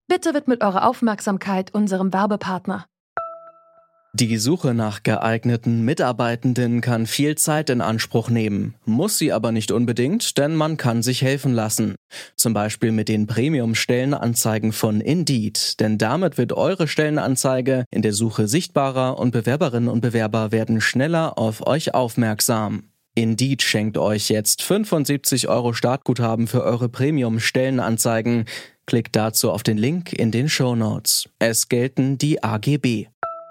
Bitte widmet eure Aufmerksamkeit unserem Werbepartner. Die Suche nach geeigneten Mitarbeitenden kann viel Zeit in Anspruch nehmen, muss sie aber nicht unbedingt, denn man kann sich helfen lassen. Zum Beispiel mit den Premium-Stellenanzeigen von Indeed, denn damit wird eure Stellenanzeige in der Suche sichtbarer und Bewerberinnen und Bewerber werden schneller auf euch aufmerksam. Indeed schenkt euch jetzt 75 € Startguthaben für eure Premium-Stellenanzeigen. Klickt dazu auf den Link in den Shownotes. Es gelten die AGB.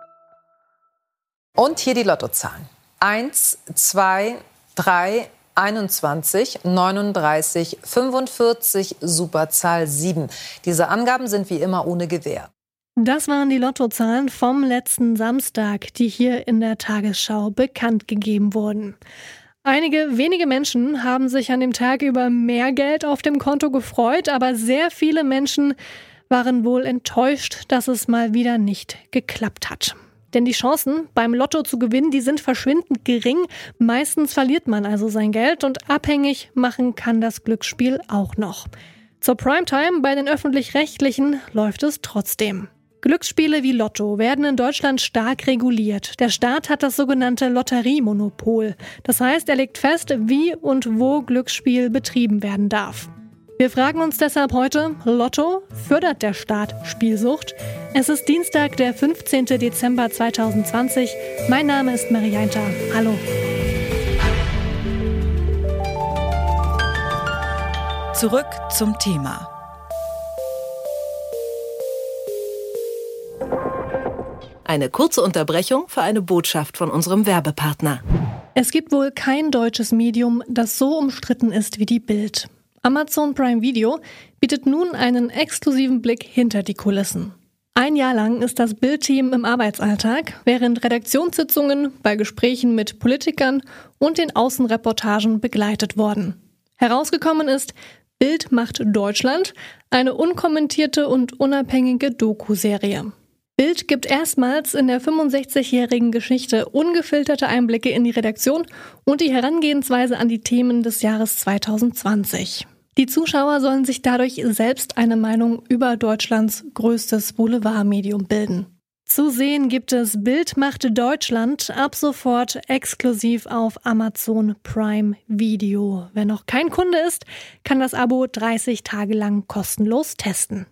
Und hier die Lottozahlen. 1, 2, 3, 21, 39, 45, Superzahl 7. Diese Angaben sind wie immer ohne Gewähr. Das waren die Lottozahlen vom letzten Samstag, die hier in der Tagesschau bekannt gegeben wurden. Einige wenige Menschen haben sich an dem Tag über mehr Geld auf dem Konto gefreut, aber sehr viele Menschen waren wohl enttäuscht, dass es mal wieder nicht geklappt hat. Denn die Chancen, beim Lotto zu gewinnen, die sind verschwindend gering. Meistens verliert man also sein Geld und abhängig machen kann das Glücksspiel auch noch. Zur Primetime bei den Öffentlich-Rechtlichen läuft es trotzdem. Glücksspiele wie Lotto werden in Deutschland stark reguliert. Der Staat hat das sogenannte Lotteriemonopol. Das heißt, er legt fest, wie und wo Glücksspiel betrieben werden darf. Wir fragen uns deshalb heute, Lotto, fördert der Staat Spielsucht? Es ist Dienstag, der 15. Dezember 2020. Mein Name ist Marie Heinter. Hallo. Zurück zum Thema. Eine kurze Unterbrechung für eine Botschaft von unserem Werbepartner. Es gibt wohl kein deutsches Medium, das so umstritten ist wie die Bild. Amazon Prime Video bietet nun einen exklusiven Blick hinter die Kulissen. Ein Jahr lang ist das Bild-Team im Arbeitsalltag, während Redaktionssitzungen, bei Gesprächen mit Politikern und den Außenreportagen begleitet worden. Herausgekommen ist Bild macht Deutschland, eine unkommentierte und unabhängige Doku-Serie. Bild gibt erstmals in der 65-jährigen Geschichte ungefilterte Einblicke in die Redaktion und die Herangehensweise an die Themen des Jahres 2020. Die Zuschauer sollen sich dadurch selbst eine Meinung über Deutschlands größtes Boulevardmedium bilden. Zu sehen gibt es Bild macht Deutschland ab sofort exklusiv auf Amazon Prime Video. Wer noch kein Kunde ist, kann das Abo 30 Tage lang kostenlos testen.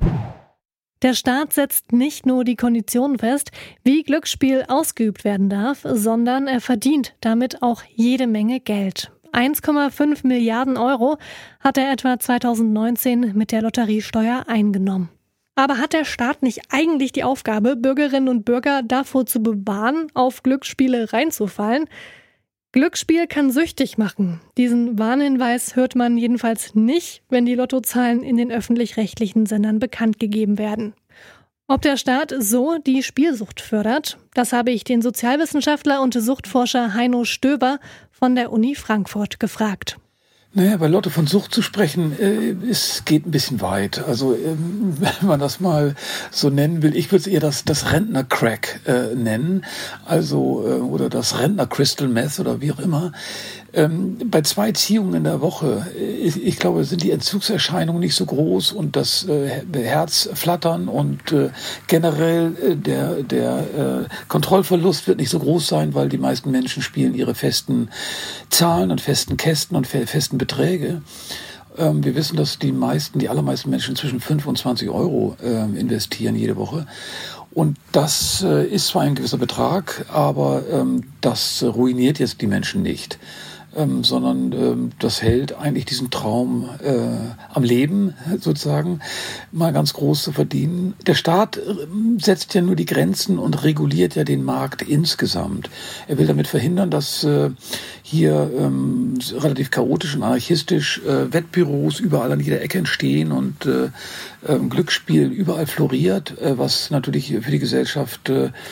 Der Staat setzt nicht nur die Konditionen fest, wie Glücksspiel ausgeübt werden darf, sondern er verdient damit auch jede Menge Geld. 1,5 Milliarden € hat er etwa 2019 mit der Lotteriesteuer eingenommen. Aber hat der Staat nicht eigentlich die Aufgabe, Bürgerinnen und Bürger davor zu bewahren, auf Glücksspiele reinzufallen? Glücksspiel kann süchtig machen. Diesen Warnhinweis hört man jedenfalls nicht, wenn die Lottozahlen in den öffentlich-rechtlichen Sendern bekannt gegeben werden. Ob der Staat so die Spielsucht fördert, das habe ich den Sozialwissenschaftler und Suchtforscher Heino Stöber von der Uni Frankfurt gefragt. Naja, bei Lotto von Sucht zu sprechen, es geht ein bisschen weit. Also wenn man das mal so nennen will, ich würde es eher das Rentner-Crack nennen, also oder das Rentner-Crystal Meth oder wie auch immer. Bei 2 Ziehungen in der Woche, ich glaube, sind die Entzugserscheinungen nicht so groß und das Herzflattern und generell der Kontrollverlust wird nicht so groß sein, weil die meisten Menschen spielen ihre festen Zahlen und festen Kästen und festen Beträge. Wir wissen, dass die allermeisten Menschen zwischen 5 und 20 € investieren jede Woche. Und das ist zwar ein gewisser Betrag, aber das ruiniert jetzt die Menschen nicht. Sondern das hält eigentlich diesen Traum am Leben, sozusagen, mal ganz groß zu verdienen. Der Staat setzt ja nur die Grenzen und reguliert ja den Markt insgesamt. Er will damit verhindern, dass hier relativ chaotisch und anarchistisch Wettbüros überall an jeder Ecke entstehen und Glücksspiel überall floriert, was natürlich für die Gesellschaft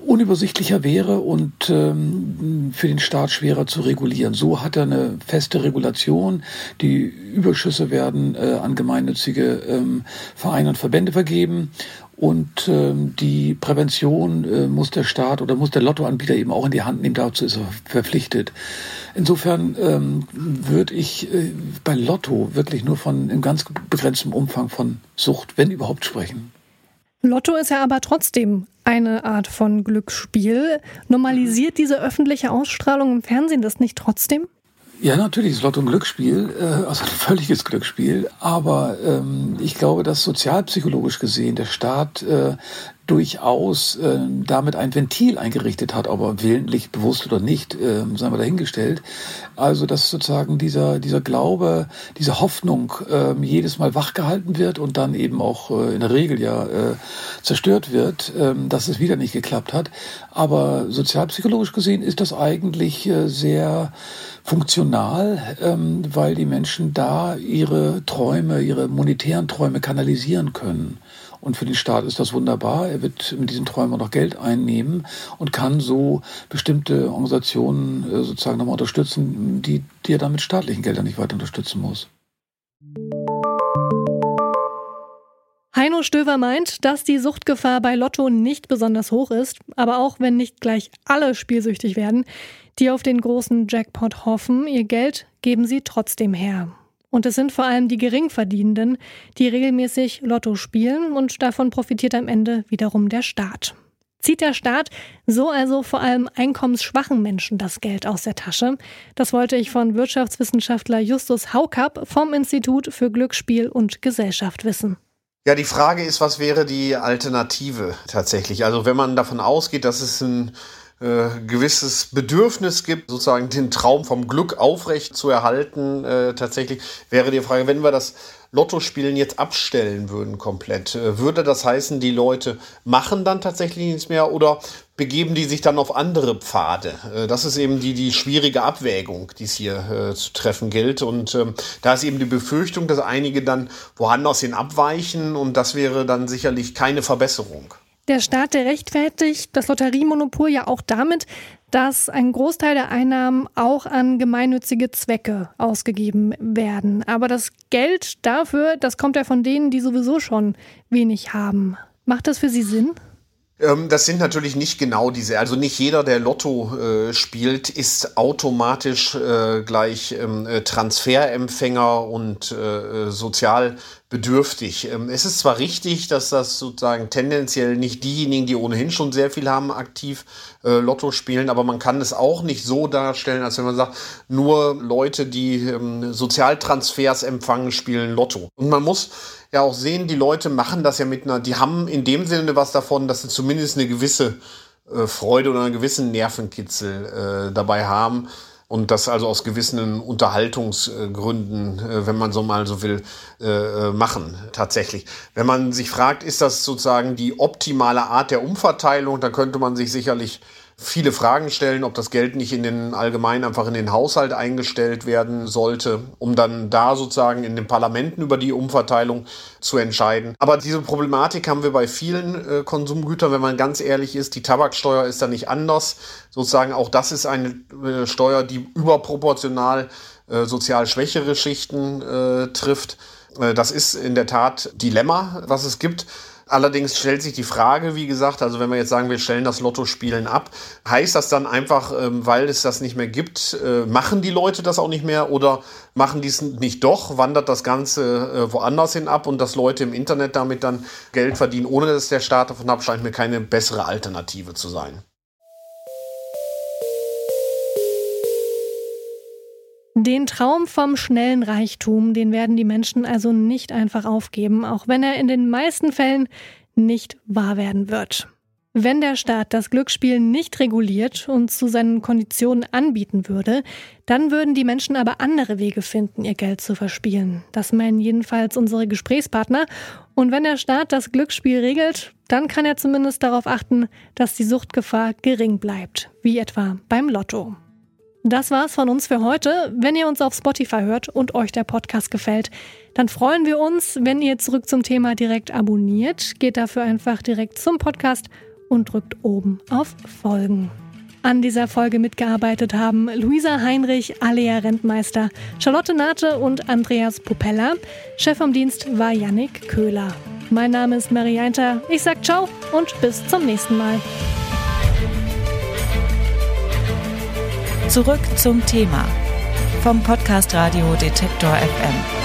unübersichtlicher wäre und für den Staat schwerer zu regulieren. So hat er eine feste Regulation. Die Überschüsse werden an gemeinnützige Vereine und Verbände vergeben. Und die Prävention muss der Staat oder muss der Lottoanbieter eben auch in die Hand nehmen. Dazu ist er verpflichtet. Insofern würde ich bei Lotto wirklich nur von in ganz begrenztem Umfang von Sucht, wenn überhaupt, sprechen. Lotto ist ja aber trotzdem eine Art von Glücksspiel. Normalisiert diese öffentliche Ausstrahlung im Fernsehen das nicht trotzdem? Ja, natürlich ist Lotto ein Glücksspiel, also ein völliges Glücksspiel. Aber ich glaube, dass sozialpsychologisch gesehen der Staat durchaus damit ein Ventil eingerichtet hat, aber willentlich, bewusst oder nicht, sei mal dahingestellt. Also dass sozusagen dieser Glaube, diese Hoffnung jedes Mal wachgehalten wird und dann eben auch in der Regel zerstört wird, dass es wieder nicht geklappt hat. Aber sozialpsychologisch gesehen ist das eigentlich sehr funktional, weil die Menschen da ihre Träume, ihre monetären Träume kanalisieren können. Und für den Staat ist das wunderbar. Er wird mit diesen Träumen auch noch Geld einnehmen und kann so bestimmte Organisationen sozusagen nochmal unterstützen, die er dann mit staatlichen Geldern nicht weiter unterstützen muss. Heino Stöver meint, dass die Suchtgefahr bei Lotto nicht besonders hoch ist, aber auch wenn nicht gleich alle spielsüchtig werden, die auf den großen Jackpot hoffen, ihr Geld geben sie trotzdem her. Und es sind vor allem die Geringverdienenden, die regelmäßig Lotto spielen und davon profitiert am Ende wiederum der Staat. Zieht der Staat so also vor allem einkommensschwachen Menschen das Geld aus der Tasche? Das wollte ich von Wirtschaftswissenschaftler Justus Haukapp vom Institut für Glücksspiel und Gesellschaft wissen. Ja, die Frage ist, was wäre die Alternative tatsächlich? Also wenn man davon ausgeht, dass es ein gewisses Bedürfnis gibt, sozusagen den Traum vom Glück aufrecht zu erhalten, tatsächlich wäre die Frage, wenn wir das Lottospielen jetzt abstellen würden komplett, würde das heißen, die Leute machen dann tatsächlich nichts mehr oder begeben die sich dann auf andere Pfade? Das ist eben die schwierige Abwägung, die es hier zu treffen gilt. Und da ist eben die Befürchtung, dass einige dann woanders hin abweichen und das wäre dann sicherlich keine Verbesserung. Der Staat, der rechtfertigt das Lotteriemonopol ja auch damit, dass ein Großteil der Einnahmen auch an gemeinnützige Zwecke ausgegeben werden. Aber das Geld dafür, das kommt ja von denen, die sowieso schon wenig haben. Macht das für Sie Sinn? Das sind natürlich nicht genau diese, also nicht jeder, der Lotto spielt, ist automatisch gleich Transferempfänger und sozial bedürftig. Es ist zwar richtig, dass das sozusagen tendenziell nicht diejenigen, die ohnehin schon sehr viel haben, aktiv Lotto spielen, aber man kann es auch nicht so darstellen, als wenn man sagt, nur Leute, die Sozialtransfers empfangen, spielen Lotto. Und man muss ja auch sehen, die Leute machen das ja die haben in dem Sinne was davon, dass sie zumindest eine gewisse Freude oder einen gewissen Nervenkitzel dabei haben. Und das also aus gewissen Unterhaltungsgründen, wenn man so mal so will, machen tatsächlich. Wenn man sich fragt, ist das sozusagen die optimale Art der Umverteilung, dann könnte man sich sicherlich viele Fragen stellen, ob das Geld nicht allgemein einfach in den Haushalt eingestellt werden sollte, um dann da sozusagen in den Parlamenten über die Umverteilung zu entscheiden. Aber diese Problematik haben wir bei vielen Konsumgütern, wenn man ganz ehrlich ist. Die Tabaksteuer ist da nicht anders. Sozusagen auch das ist eine Steuer, die überproportional sozial schwächere Schichten trifft. Das ist in der Tat Dilemma, was es gibt. Allerdings stellt sich die Frage, wie gesagt, also wenn wir jetzt sagen, wir stellen das Lottospielen ab, heißt das dann einfach, weil es das nicht mehr gibt, machen die Leute das auch nicht mehr oder machen die es nicht doch, wandert das Ganze woanders hin ab und dass Leute im Internet damit dann Geld verdienen, ohne dass der Staat davon ab, scheint mir keine bessere Alternative zu sein. Den Traum vom schnellen Reichtum, den werden die Menschen also nicht einfach aufgeben, auch wenn er in den meisten Fällen nicht wahr werden wird. Wenn der Staat das Glücksspiel nicht reguliert und zu seinen Konditionen anbieten würde, dann würden die Menschen aber andere Wege finden, ihr Geld zu verspielen. Das meinen jedenfalls unsere Gesprächspartner. Und wenn der Staat das Glücksspiel regelt, dann kann er zumindest darauf achten, dass die Suchtgefahr gering bleibt, wie etwa beim Lotto. Das war's von uns für heute. Wenn ihr uns auf Spotify hört und euch der Podcast gefällt, dann freuen wir uns, wenn ihr zurück zum Thema direkt abonniert. Geht dafür einfach direkt zum Podcast und drückt oben auf Folgen. An dieser Folge mitgearbeitet haben Luisa Heinrich, Alea Rentmeister, Charlotte Nate und Andreas Popella. Chef vom Dienst war Yannick Köhler. Mein Name ist Mary Einter. Ich sag ciao und bis zum nächsten Mal. Zurück zum Thema vom Podcast Radio Detektor FM.